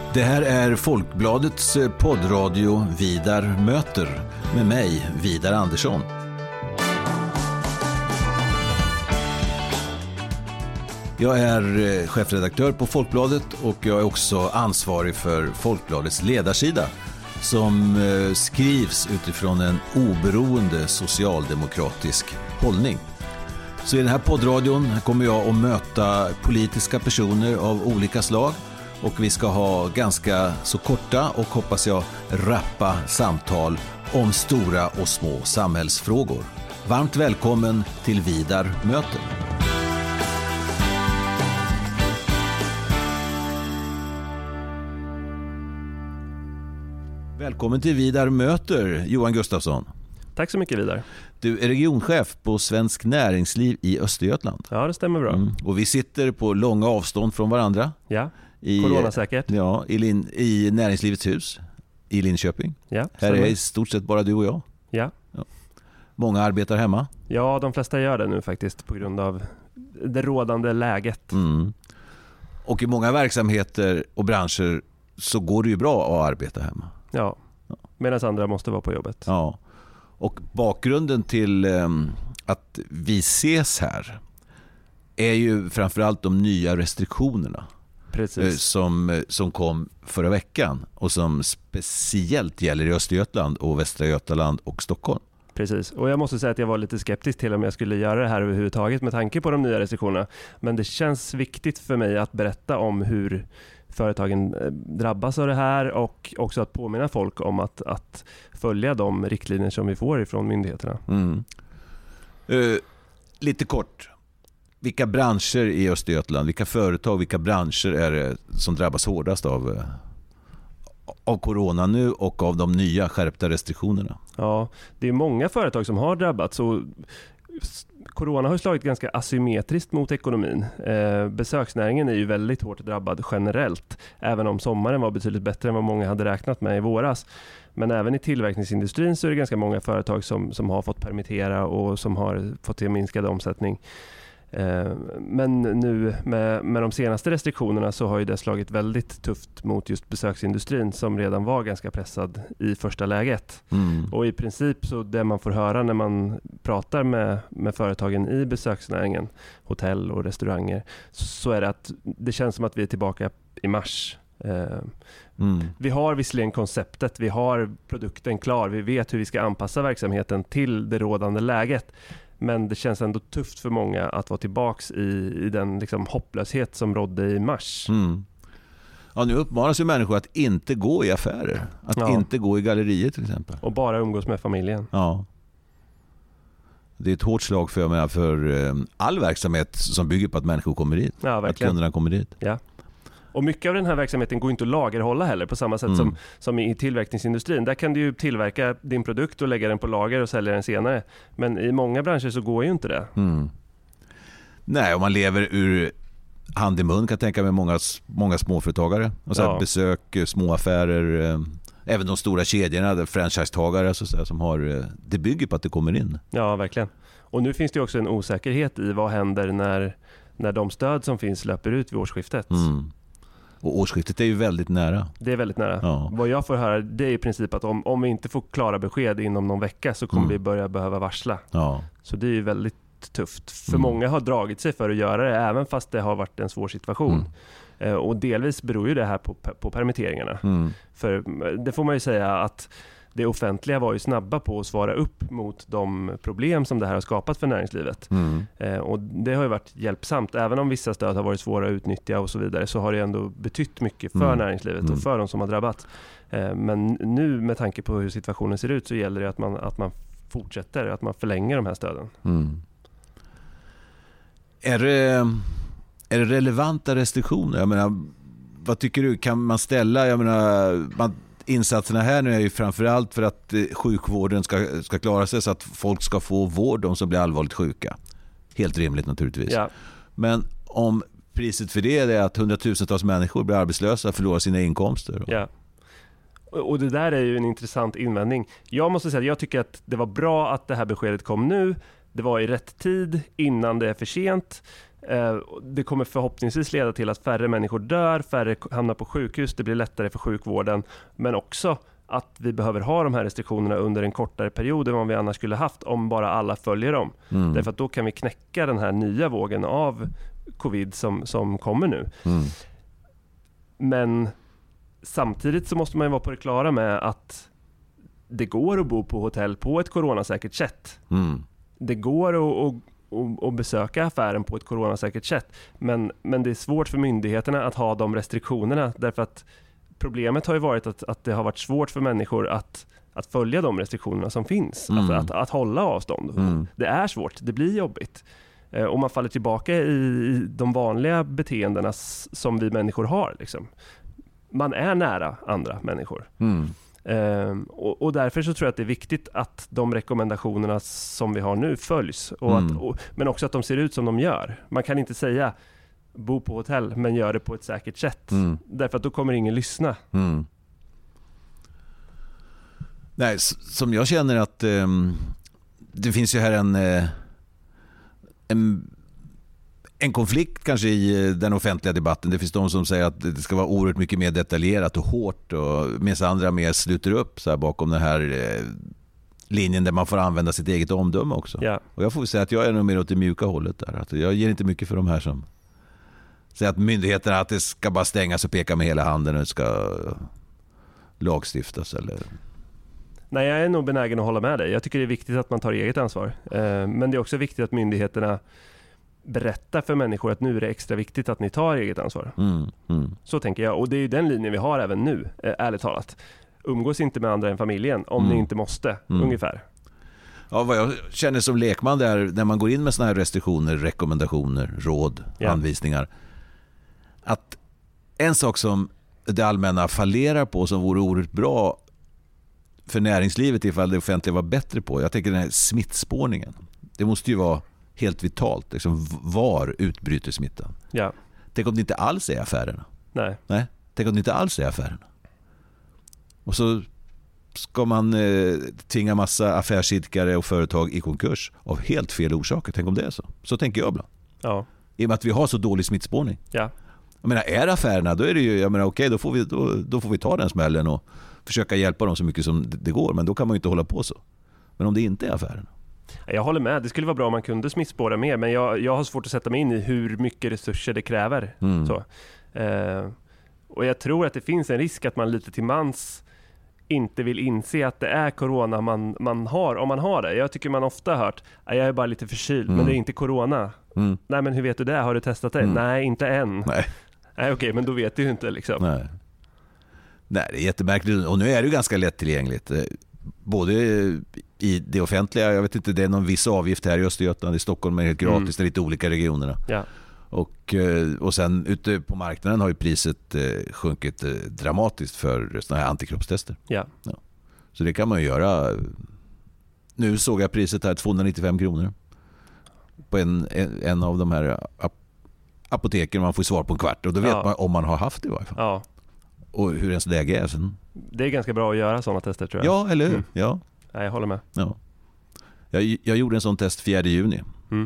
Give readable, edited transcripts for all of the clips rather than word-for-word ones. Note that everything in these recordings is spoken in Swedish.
Det här är Folkbladets poddradio Vidar möter med mig, Vidar Andersson. Jag är chefredaktör på Folkbladet och jag är också ansvarig för Folkbladets ledarsida som skrivs utifrån en oberoende socialdemokratisk hållning. Så i den här poddradion kommer jag att möta politiska personer av olika slag och vi ska ha ganska så korta och hoppas jag rappa samtal om stora och små samhällsfrågor. Varmt välkommen till Vidar möter. Välkommen till Vidar möter, Johan Gustafsson. Tack så mycket, Vidar. Du är regionchef på Svensk Näringsliv i Östergötland. Ja, det stämmer bra. Och vi sitter på långa avstånd från varandra. Ja, coronasäkert. Ja, i Näringslivets hus i Linköping. Ja, här stämmer. är i stort sett bara du och jag. Ja. Många arbetar hemma. Ja, de flesta gör det nu faktiskt på grund av det rådande läget. Och i många verksamheter och branscher så går det ju bra att arbeta hemma. Ja, medan andra måste vara på jobbet. Ja, och bakgrunden till att vi ses här är ju framförallt de nya restriktionerna. Precis. Som kom förra veckan och som speciellt gäller i Östergötland och Västra Götaland och Stockholm. Precis, och jag måste säga att jag var lite skeptisk till om jag skulle göra det här överhuvudtaget med tanke på de nya restriktionerna. Men det känns viktigt för mig att berätta om hur företagen drabbas av det här och också att påminna folk om att följa de riktlinjer som vi får ifrån myndigheterna. Lite kort. Vilka branscher i Östergötland, vilka företag, vilka branscher är det som drabbas hårdast av corona nu och av de nya skärpta restriktionerna? Ja, det är många företag som har drabbats och corona har ju slagit ganska asymmetriskt mot ekonomin. Besöksnäringen är ju väldigt hårt drabbad generellt, även om sommaren var betydligt bättre än vad många hade räknat med i våras. Men även i tillverkningsindustrin så är det ganska många företag som har fått permittera och som har fått till minskad omsättning. Men nu med de senaste restriktionerna så har ju det slagit väldigt tufft mot just besöksindustrin som redan var ganska pressad i första läget. Och i princip så det man får höra när man pratar med företagen i besöksnäringen, hotell och restauranger, så är det att det känns som att vi är tillbaka i mars. Vi har visserligen konceptet, vi har produkten klar, vi vet hur vi ska anpassa verksamheten till det rådande läget. Men det känns ändå tufft för många att vara tillbaks i den liksom hopplöshet som rådde i mars. Ja, nu uppmanas ju människor att inte gå i affärer. Att inte gå i gallerier till exempel. Och bara umgås med familjen. Ja. Det är ett hårt slag för all verksamhet som bygger på att människor kommer dit. Ja, verkligen. Att kunderna kommer dit. Ja. Och mycket av den här verksamheten går inte att lagerhålla heller på samma sätt som i tillverkningsindustrin. Där kan du ju tillverka din produkt och lägga den på lager och sälja den senare. Men i många branscher så går ju inte det. Nej, om man lever ur hand i mun kan jag tänka mig många småföretagare. Alltså besök, småaffärer, även de stora kedjorna, franchisetagare som har, det bygger på att det kommer in. Ja, verkligen. Och nu finns det också en osäkerhet i vad händer när de stöd som finns löper ut vid årsskiftet. Och årsskiftet är ju väldigt nära. Det är väldigt nära. Ja. Vad jag får höra det är i princip att om vi inte får klara besked inom någon vecka så kommer vi börja behöva varsla. Ja. Så det är ju väldigt tufft. För många har dragit sig för att göra det även fast det har varit en svår situation. Och delvis beror ju det här på permitteringarna. För det får man ju säga att det offentliga var ju snabba på att svara upp mot de problem som det här har skapat för näringslivet. Och det har ju varit hjälpsamt. Även om vissa stöd har varit svåra att utnyttja och så vidare så har det ändå betytt mycket för näringslivet och för de som har drabbats. Men nu med tanke på hur situationen ser ut så gäller det att man fortsätter, att man förlänger de här stöden. Är det relevanta restriktioner? Jag menar, vad tycker du? Kan man ställa, insatserna här nu är ju framförallt för att sjukvården ska klara sig så att folk ska få vård, de som blir allvarligt sjuka. Helt rimligt naturligtvis. Ja. Men om priset för det är att hundratusentals människor blir arbetslösa och förlorar sina inkomster. Ja. Och det där är ju en intressant invändning. Jag måste säga att jag tycker att det var bra att det här beskedet kom nu. Det var i rätt tid innan det är för sent. Det kommer förhoppningsvis leda till att färre människor dör, färre hamnar på sjukhus, det blir lättare för sjukvården, men också att vi behöver ha de här restriktionerna under en kortare period än vad vi annars skulle haft om bara alla följer dem. Därför att då kan vi knäcka den här nya vågen av covid som kommer nu. Men samtidigt så måste man ju vara på det klara med att det går att bo på hotell på ett coronasäkert sätt. Det går att besöka affären på ett coronasäkert sätt. Men det är svårt för myndigheterna att ha de restriktionerna, därför att problemet har ju varit att det har varit svårt för människor att följa de restriktionerna som finns. Att hålla avstånd. Det är svårt, det blir jobbigt. Och man faller tillbaka i de vanliga beteendena som vi människor har. Liksom. Man är nära andra människor. Och därför så tror jag att det är viktigt att de rekommendationerna som vi har nu följs. Men också att de ser ut som de gör. Man kan inte säga bo på hotell men gör det på ett säkert sätt. Därför att då kommer ingen lyssna. Nej, som jag känner att det finns ju här en konflikt kanske i den offentliga debatten. Det finns de som säger att det ska vara oerhört mycket mer detaljerat och hårt, och medan andra mer sluter upp så här bakom den här linjen där man får använda sitt eget omdöme också. Ja. Och jag får säga att jag är nog mer åt det mjuka hållet där. Att jag ger inte mycket för de här som säger att myndigheterna att det ska bara stängas och peka med hela handen och det ska lagstiftas eller... Nej, jag är nog benägen att hålla med dig. Jag tycker det är viktigt att man tar eget ansvar. Men det är också viktigt att myndigheterna berättar för människor att nu är det extra viktigt att ni tar eget ansvar. Så tänker jag. Och det är ju den linjen vi har även nu, ärligt talat. Umgås inte med andra än familjen om ni inte måste, ungefär. Ja, vad jag känner som lekman där, när man går in med såna här restriktioner, rekommendationer, råd, anvisningar, att en sak som det allmänna fallerar på som vore oerhört bra för näringslivet ifall det offentliga var bättre på, jag tänker den här smittspårningen. Det måste ju vara helt vitalt. Liksom, var utbryter smittan? Ja. Tänk om det inte alls är affärerna. Nej. Tänk om det inte alls är affärerna. Och så ska man tvinga massa affärsidkare och företag i konkurs av helt fel orsaker. Tänk om det är så. Så tänker jag ibland. Ja. I och med att vi har så dålig smittspårning. Ja. Jag menar, är affärerna, då är det ju, jag menar, okej, då får vi ta den smällen och försöka hjälpa dem så mycket som det går. Men då kan man ju inte hålla på så. Men om det inte är affärerna. Jag håller med. Det skulle vara bra om man kunde smittspåra mer, men jag har svårt att sätta mig in i hur mycket resurser det kräver. Så. Och jag tror att det finns en risk att man lite till mans inte vill inse att det är corona man har, om man har det. Jag tycker man ofta har hört, jag är bara lite förkyld, men det är inte corona. Nej, men hur vet du det? Har du testat det? Nej, inte än. Nej, okej, men då vet du ju inte liksom. Nej, det är jättemärkligt. Och nu är det ju ganska lättillgängligt. Både i det offentliga, jag vet inte, det är någon viss avgift här i Östergötland, i Stockholm är det gratis, det är lite olika regionerna. Ja. Och sen ute på marknaden har ju priset sjunkit dramatiskt för såna här antikroppstester. Ja. Så det kan man ju göra. Nu såg jag priset här 295 kronor på en av de här apoteken. Man får svar på en kvart och då vet man om man har haft det i varje fall. Ja. Och hur ens läge är sen. Det är ganska bra att göra sådana tester, tror jag. Ja, eller hur? Ja. Nej, jag håller med. Ja. Jag gjorde en sån test 4 juni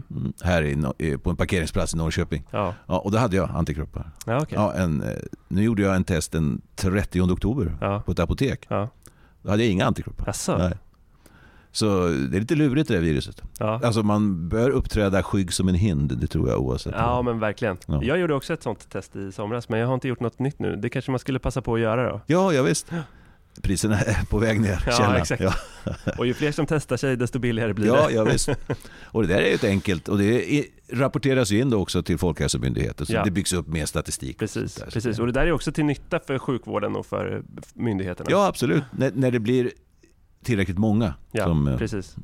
här på en parkeringsplats i Norrköping. Ja, och då hade jag antikroppar. Ja, okay. Nu gjorde jag en test den 30 oktober på ett apotek. Ja. Då hade jag inga antikroppar. Asså. Nej. Så det är lite lurigt det här viruset. Ja. Alltså man bör uppträda skygg som en hind, det tror jag oavsett. Ja, men verkligen. Ja. Jag gjorde också ett sånt test i somras, men jag har inte gjort något nytt nu. Det kanske man skulle passa på att göra då. Ja, visst. Priserna är på väg ner. Ja, exakt. Ja. Och ju fler som testar sig, desto billigare blir det. Ja, visst. Och det där är ju ett enkelt, och det rapporteras ju in då också till Folkhälsomyndigheten, så det byggs upp mer statistik. Precis. Och det där är också till nytta för sjukvården och för myndigheterna. Ja, absolut. När det blir tillräckligt många. Ja, precis.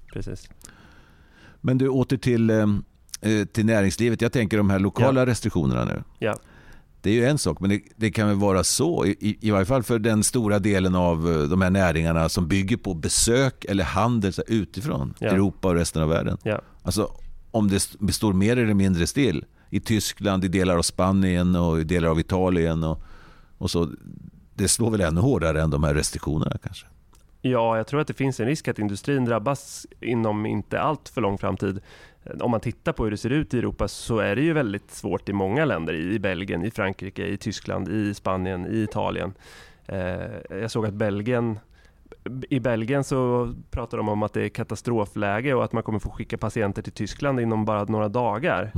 Men du, åter till näringslivet. Jag tänker de här lokala restriktionerna nu. Ja. Det är ju en sak, men det kan väl vara så, i varje fall för den stora delen av de här näringarna som bygger på besök eller handel så utifrån Europa och resten av världen. Ja. Alltså om det består mer eller mindre still i Tyskland, i delar av Spanien och i delar av Italien och så, det slår väl ännu hårdare än de här restriktionerna kanske. Ja, jag tror att det finns en risk att industrin drabbas inom inte allt för lång framtid. Om man tittar på hur det ser ut i Europa så är det ju väldigt svårt i många länder. I Belgien, i Frankrike, i Tyskland, i Spanien, i Italien. Jag såg att i Belgien så pratar de om att det är katastrofläge och att man kommer få skicka patienter till Tyskland inom bara några dagar.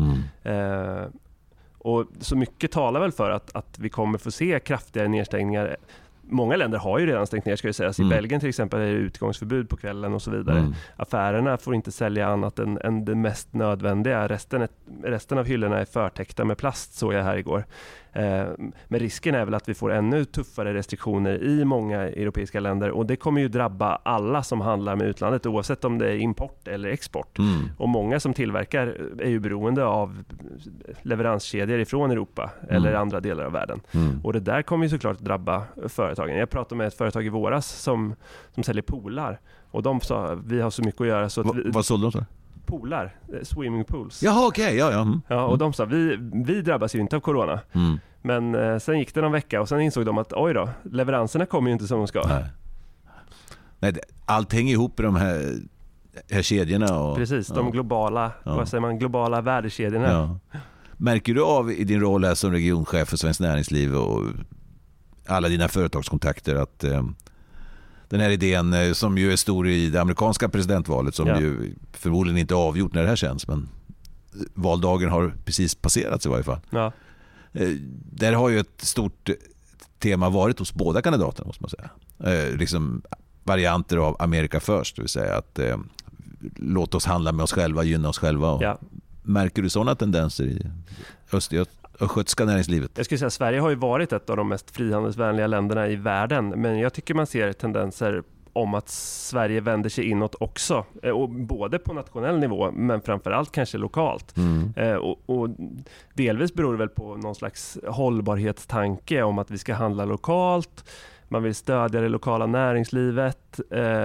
Och så mycket talar väl för att vi kommer få se kraftigare nedstängningar. Många länder har ju redan stängt ner, ska jag säga. I Belgien till exempel är det utgångsförbud på kvällen och så vidare. Affärerna får inte sälja annat än det mest nödvändiga. Resten av hyllorna är förtäckta med plast, såg jag här igår. Men risken är väl att vi får ännu tuffare restriktioner i många europeiska länder, och det kommer ju drabba alla som handlar med utlandet, oavsett om det är import eller export. Och många som tillverkar är ju beroende av leveranskedjor ifrån Europa eller andra delar av världen. Och det där kommer ju såklart drabba företagen. Jag pratade med ett företag i våras som säljer poolar, och de sa vi har så mycket att göra så att vad sålde de så? Poolar, swimming pools. Jaha, okej. Ja, och de sa vi drabbas ju inte av corona. Men sen gick det någon vecka och sen insåg de att oj då, leveranserna kommer ju inte som de ska. Nej, allt hänger ihop i de här kedjorna. Och, precis, de globala, vad säger man, globala värdekedjorna. Ja. Märker du av i din roll här som regionchef för Svenskt Näringsliv och alla dina företagskontakter att den här idén som ju är stor i det amerikanska presidentvalet, som ju förmodligen inte är avgjort när det här känns, men valdagen har precis passerats i varje fall. Ja. Där har ju ett stort tema varit hos båda kandidaterna, måste man säga. Liksom varianter av America First, det vill säga att låt oss handla med oss själva, gynna oss själva. Märker du sådana tendenser i östgötska näringslivet? Jag skulle säga att Sverige har ju varit ett av de mest frihandelsvänliga länderna i världen, men jag tycker man ser tendenser om att Sverige vänder sig inåt också, och både på nationell nivå men framförallt kanske lokalt. Och delvis beror det väl på någon slags hållbarhetstanke om att vi ska handla lokalt, man vill stödja det lokala näringslivet.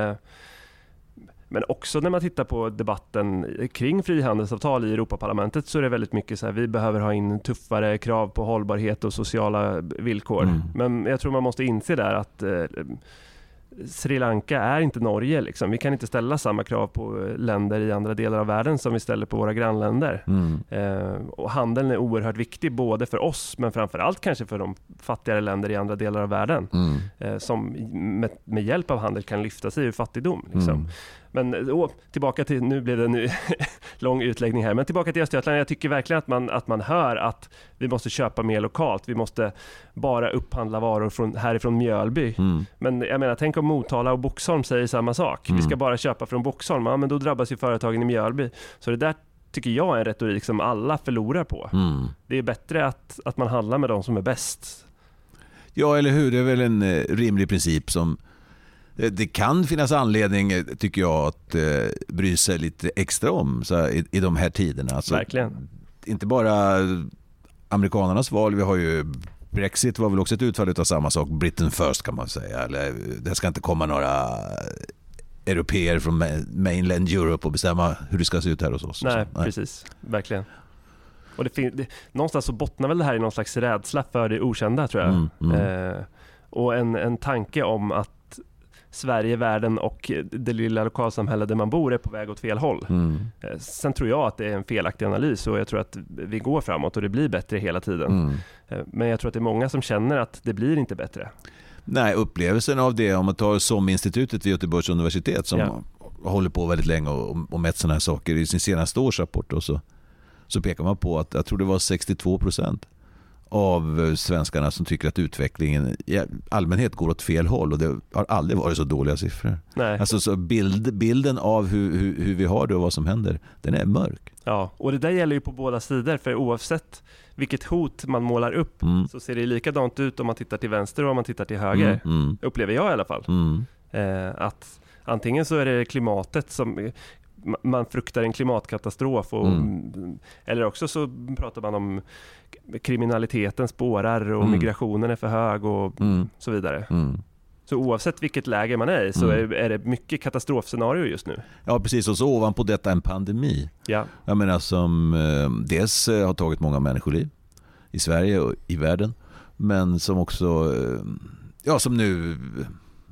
Men också när man tittar på debatten kring frihandelsavtal i Europaparlamentet så är det väldigt mycket så här, vi behöver ha in tuffare krav på hållbarhet och sociala villkor. Men jag tror man måste inse där att Sri Lanka är inte Norge liksom. Vi kan inte ställa samma krav på länder i andra delar av världen som vi ställer på våra grannländer. Och handeln är oerhört viktig både för oss men framförallt kanske för de fattigare länder i andra delar av världen som med hjälp av handel kan lyfta sig ur fattigdom liksom. Men tillbaka till, nu blev det en lång utläggning här, men tillbaka till Östergötland. Jag tycker verkligen att man hör att vi måste köpa mer lokalt. Vi måste bara upphandla varor härifrån Mjölby. Men jag menar, tänk om Motala och Boxholm säger samma sak. Vi ska bara köpa från Boxholm. Ja, men då drabbas ju företagen i Mjölby. Så det där tycker jag är en retorik som alla förlorar på. Det är bättre att man handlar med de som är bäst. Ja, eller hur? Det är väl en rimlig princip som det kan finnas anledning, tycker jag, att bry sig lite extra om så här, i de här tiderna. Alltså, verkligen. Inte bara amerikanernas val, vi har ju Brexit var väl också ett utfall av samma sak. Britain first kan man säga. Eller, det ska inte komma några europeer från mainland Europe och bestämma hur det ska se ut här hos oss. Nej, precis. Verkligen. Och någonstans så bottnar väl det här i någon slags rädsla för det okända, tror jag. Och en tanke om att Sverige, världen och det lilla lokalsamhället där man bor är på väg åt fel håll. Sen tror jag att det är en felaktig analys och jag tror att vi går framåt och det blir bättre hela tiden. Men jag tror att det är många som känner att det blir inte bättre. Nej, upplevelsen av det, om man tar SOM-institutet vid Göteborgs universitet som håller på väldigt länge och mätt sådana här saker i sin senaste årsrapport, och så pekar man på att jag tror det var 62% av svenskarna som tycker att utvecklingen i allmänhet går åt fel håll, och det har aldrig varit så dåliga siffror. Nej. Alltså så bilden av hur vi har det och vad som händer, den är mörk. Ja, och det där gäller ju på båda sidor, för oavsett vilket hot man målar upp så ser det likadant ut om man tittar till vänster och om man tittar till höger. Upplever jag i alla fall. Att antingen så är det klimatet som man fruktar en klimatkatastrof eller också så pratar man om kriminaliteten spårar och migrationen är för hög och så vidare. Så oavsett vilket läge man är i så är det mycket katastrofscenario just nu. Ja, precis. Och så ovanpå detta en pandemi. Ja. Jag menar som dels har tagit många människoliv i Sverige och i världen, men som också som nu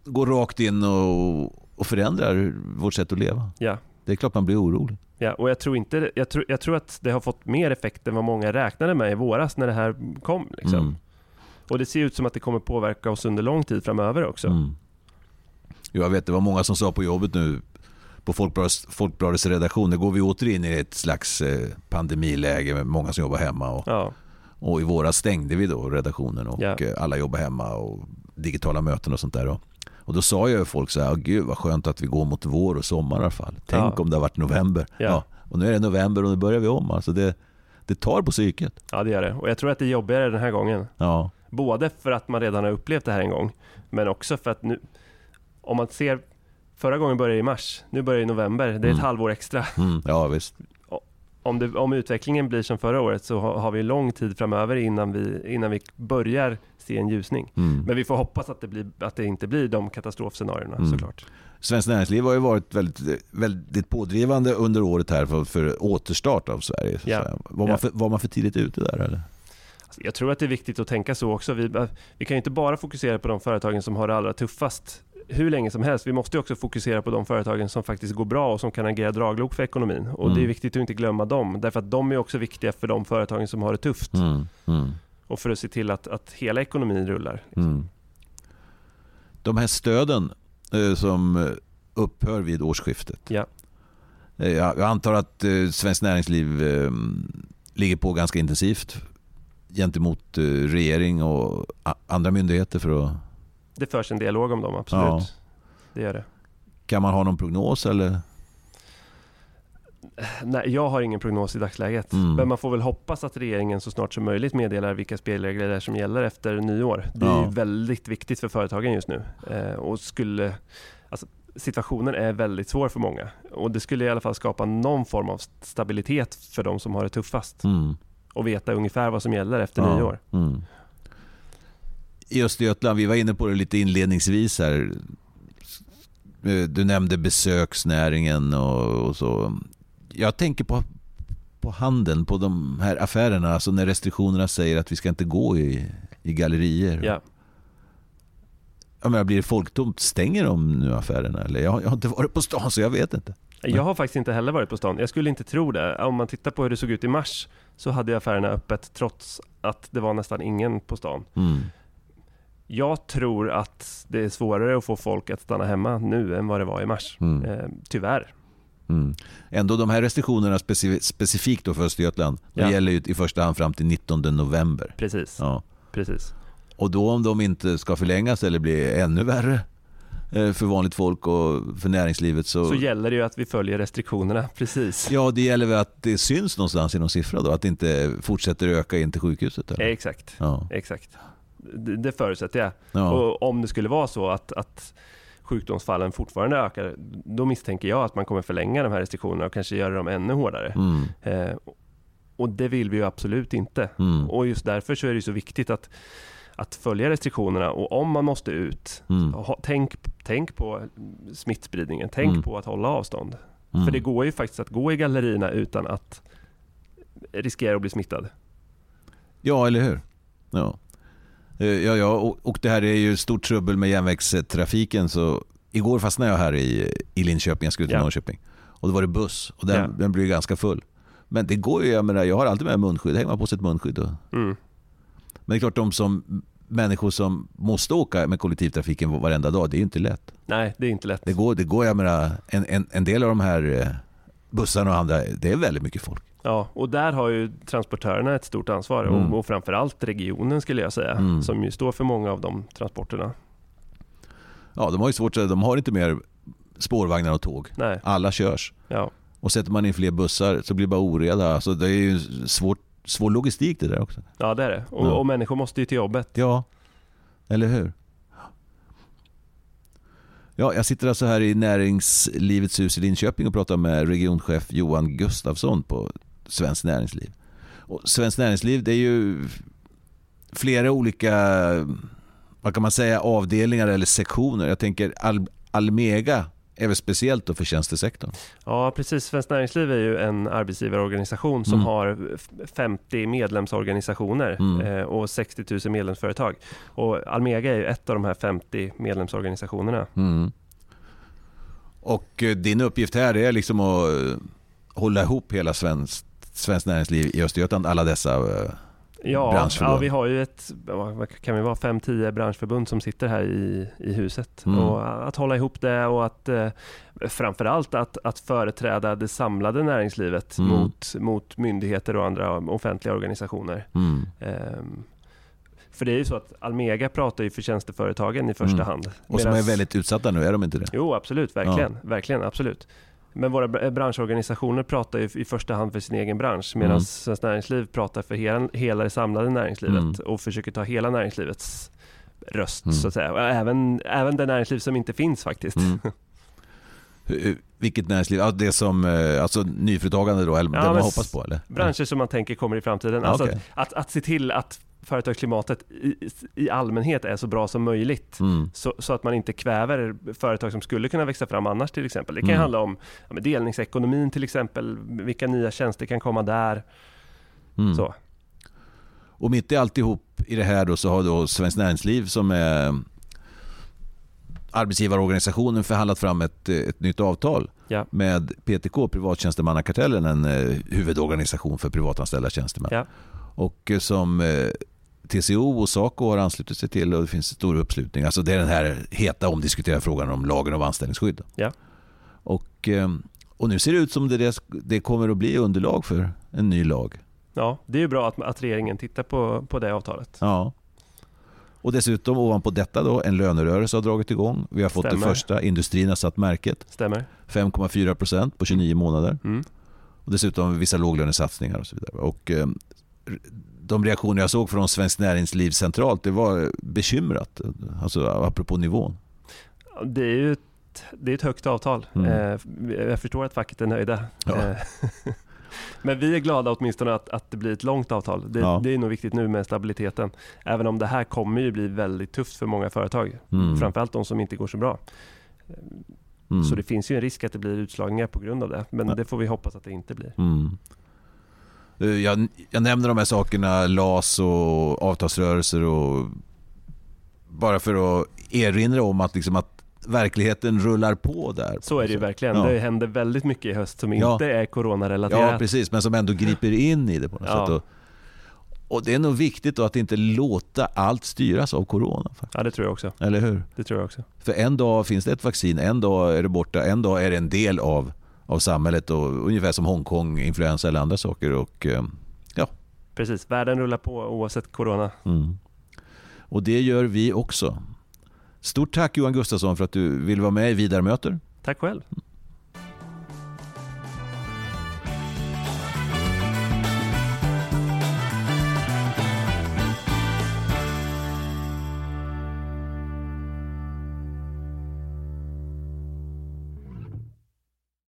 går rakt in och förändrar vårt sätt att leva. Ja. Det är klart man blir orolig. Ja, och jag tror att det har fått mer effekt än vad många räknade med i våras när det här kom. Liksom. Och det ser ut som att det kommer påverka oss under lång tid framöver också. Jag vet, det var många som sa på jobbet nu på Folkbladets redaktion, det går vi åter in i ett slags pandemiläge med många som jobbar hemma. Och i våras stängde vi då redaktionen och alla jobbar hemma och digitala möten och sånt där. Och då sa ju folk så här, gud vad skönt att vi går mot vår och sommar i alla fall. Tänk om det har varit november. Ja. Och nu är det november och nu börjar vi om. Alltså det tar på psyket. Ja, det gör det. Och jag tror att det är jobbigare den här gången. Ja. Både för att man redan har upplevt det här en gång, men också för att nu, om man ser, förra gången började i mars, nu börjar i november, det är ett halvår extra. Ja, visst. Om utvecklingen blir som förra året så har vi lång tid framöver innan vi börjar se en ljusning. Men vi får hoppas att det inte blir de katastrofscenarierna såklart. Svenskt näringsliv har ju varit väldigt, väldigt pådrivande under året här för återstart av Sverige. Var man för tidigt ute där eller? Jag tror att det är viktigt att tänka så också. Vi kan ju inte bara fokusera på de företagen som har det allra tuffast hur länge som helst. Vi måste också fokusera på de företagen som faktiskt går bra och som kan agera draglok för ekonomin. Och det är viktigt att inte glömma dem. Därför att de är också viktiga för de företagen som har det tufft. Och för att se till att hela ekonomin rullar. De här stöden som upphör vid årsskiftet. Ja. Jag antar att Svenskt Näringsliv ligger på ganska intensivt gentemot regering och andra myndigheter för att... Det förs en dialog om dem, absolut. Ja. Det gör det. Kan man ha någon prognos eller? Nej, jag har ingen prognos i dagsläget. Men man får väl hoppas att regeringen så snart som möjligt meddelar vilka spelregler det är som gäller efter nyår. Det är ju väldigt viktigt för företagen just nu. Och situationen är väldigt svår för många. Och det skulle i alla fall skapa någon form av stabilitet för de som har det tuffast. Och veta ungefär vad som gäller efter nyår. I Östergötland, vi var inne på det lite inledningsvis här. Du nämnde besöksnäringen och så. Jag tänker på handeln, på de här affärerna, alltså när restriktionerna säger att vi ska inte gå i gallerier. Ja. Jag menar, blir det folktomt? Stänger de nu affärerna? Eller? Jag har inte varit på stan så jag vet inte. Jag har faktiskt inte heller varit på stan. Jag skulle inte tro det. Om man tittar på hur det såg ut i mars så hade affärerna öppet trots att det var nästan ingen på stan. Jag tror att det är svårare att få folk att stanna hemma nu än vad det var i mars. Tyvärr. Ändå de här restriktionerna specifikt då för Östergötland, de gäller ju i första hand fram till 19 november. Precis. Ja. Precis. Och då om de inte ska förlängas eller bli ännu värre för vanligt folk och för näringslivet så gäller det ju att vi följer restriktionerna. Precis. Ja, det gäller väl att det syns någonstans i någon siffra då, att det inte fortsätter öka in till sjukhuset. Eller? Exakt. Ja. Exakt. Det förutsätter jag. Ja. Och om det skulle vara så att sjukdomsfallen fortfarande ökar, då misstänker jag att man kommer förlänga de här restriktionerna och kanske göra dem ännu hårdare. Och det vill vi ju absolut inte. Och just därför så är det så viktigt att följa restriktionerna, och om man måste ut, tänk på smittspridningen, tänk på att hålla avstånd. För det går ju faktiskt att gå i gallerierna utan att riskera att bli smittad. Ja, eller hur? Ja. Och det här är ju stort trubbel med järnvägstrafiken, så igår fastnade jag här i Linköping, jag skulle till Norrköping, och då var det buss och den blev ganska full. Men det går ju, jag har alltid med munskydd, hänger man på sig ett munskydd då. Men det är klart, människor som måste åka med kollektivtrafiken varenda dag, det är ju inte lätt. Nej, det är inte lätt. Det går en del av de här bussarna och andra, det är väldigt mycket folk. Ja, och där har ju transportörerna ett stort ansvar och framförallt regionen skulle jag säga, som ju står för många av de transporterna. Ja, de har ju svårt, de har inte mer spårvagnar och tåg. Nej. Alla körs. Ja. Och sätter man in fler bussar så blir det bara oreda. Alltså det är ju svår logistik det där också. Ja, det är det. Och människor måste ju till jobbet. Ja, eller hur? Ja, jag sitter alltså här i Näringslivets hus i Linköping och pratar med regionchef Johan Gustafsson på Svenskt Näringsliv. Och Svenskt Näringsliv, det är ju flera olika, vad kan man säga, avdelningar eller sektioner. Jag tänker Almega är väl speciellt då för tjänstesektorn. Ja, precis. Svenskt Näringsliv är ju en arbetsgivarorganisation som har 50 medlemsorganisationer och 60 000 medlemsföretag. Och Almega är ju ett av de här 50 medlemsorganisationerna. Och din uppgift här är liksom att hålla ihop hela svenskt näringsliv i Östergötland, alla dessa branschförbund. Ja, vi har ju vad kan vi vara, 5-10 branschförbund som sitter här i huset. Och att hålla ihop det och att framförallt att företräda det samlade näringslivet mot myndigheter och andra offentliga organisationer. För det är ju så att Almega pratar ju för tjänsteföretagen i första hand. Och som är väldigt utsatta nu, är de inte det? Jo, absolut, verkligen, absolut. Men våra branschorganisationer pratar ju i första hand för sin egen bransch, medan Svenskt Näringsliv pratar för hela det samlade näringslivet och försöker ta hela näringslivets röst så att säga. Och även det näringsliv som inte finns faktiskt. Vilket näringsliv? Ja, det som alltså nyföretagande då, eller det man hoppas på, eller? Branscher som man tänker kommer i framtiden. Alltså att se till att företagsklimatet i allmänhet är så bra som möjligt så att man inte kväver företag som skulle kunna växa fram annars till exempel. Det kan handla om delningsekonomin till exempel, vilka nya tjänster kan komma där. Så. Och mitt i alltihop i det här då, så har då Svenskt Näringsliv som är arbetsgivarorganisationen förhandlat fram ett nytt avtal med PTK, Privattjänstemannakartellen, en huvudorganisation för privatanställda tjänstemän. Och som TCO och SACO har anslutit sig till, och det finns stor uppslutning. Alltså det är den här heta omdiskuterade frågan om lagen om anställningsskydd. Och nu ser det ut som det kommer att bli underlag för en ny lag. Ja, det är ju bra att regeringen tittar på det avtalet. Ja. Och dessutom ovanpå detta då, en lönerörelse har dragit igång. Vi har fått det första, industrin har satt märket. Stämmer. 5,4% på 29 månader. Och dessutom vissa låglönesatsningar och så vidare. Och de reaktioner jag såg från Svenskt Näringsliv centralt, det var bekymrat, alltså apropå nivån. Det är ju ett högt avtal. Jag förstår att facket är nöjda. Men vi är glada åtminstone att det blir ett långt avtal. Det är nog viktigt nu med stabiliteten. Även om det här kommer ju bli väldigt tufft för många företag. Framförallt de som inte går så bra. Så det finns ju en risk att det blir utslagningar på grund av det. Men det får vi hoppas att det inte blir. Jag nämner de här sakerna, LAS och avtalsrörelser, och bara för att erinra om att verkligheten rullar på där. Så är det ju verkligen. Det händer väldigt mycket i höst som inte är coronarelaterat. Ja, precis, men som ändå griper in i det på något sätt. Och det är nog viktigt då att inte låta allt styras av corona. Faktiskt. Ja, det tror jag också. Eller hur? Det tror jag också. För en dag finns det ett vaccin, en dag är det borta, en dag är det en del av samhället, och ungefär som Hongkong, influensa eller andra saker. Och precis, världen rullar på oavsett corona. Och det gör vi också. Stort tack Johan Gustafsson för att du vill vara med i Vidarmöter. Tack själv.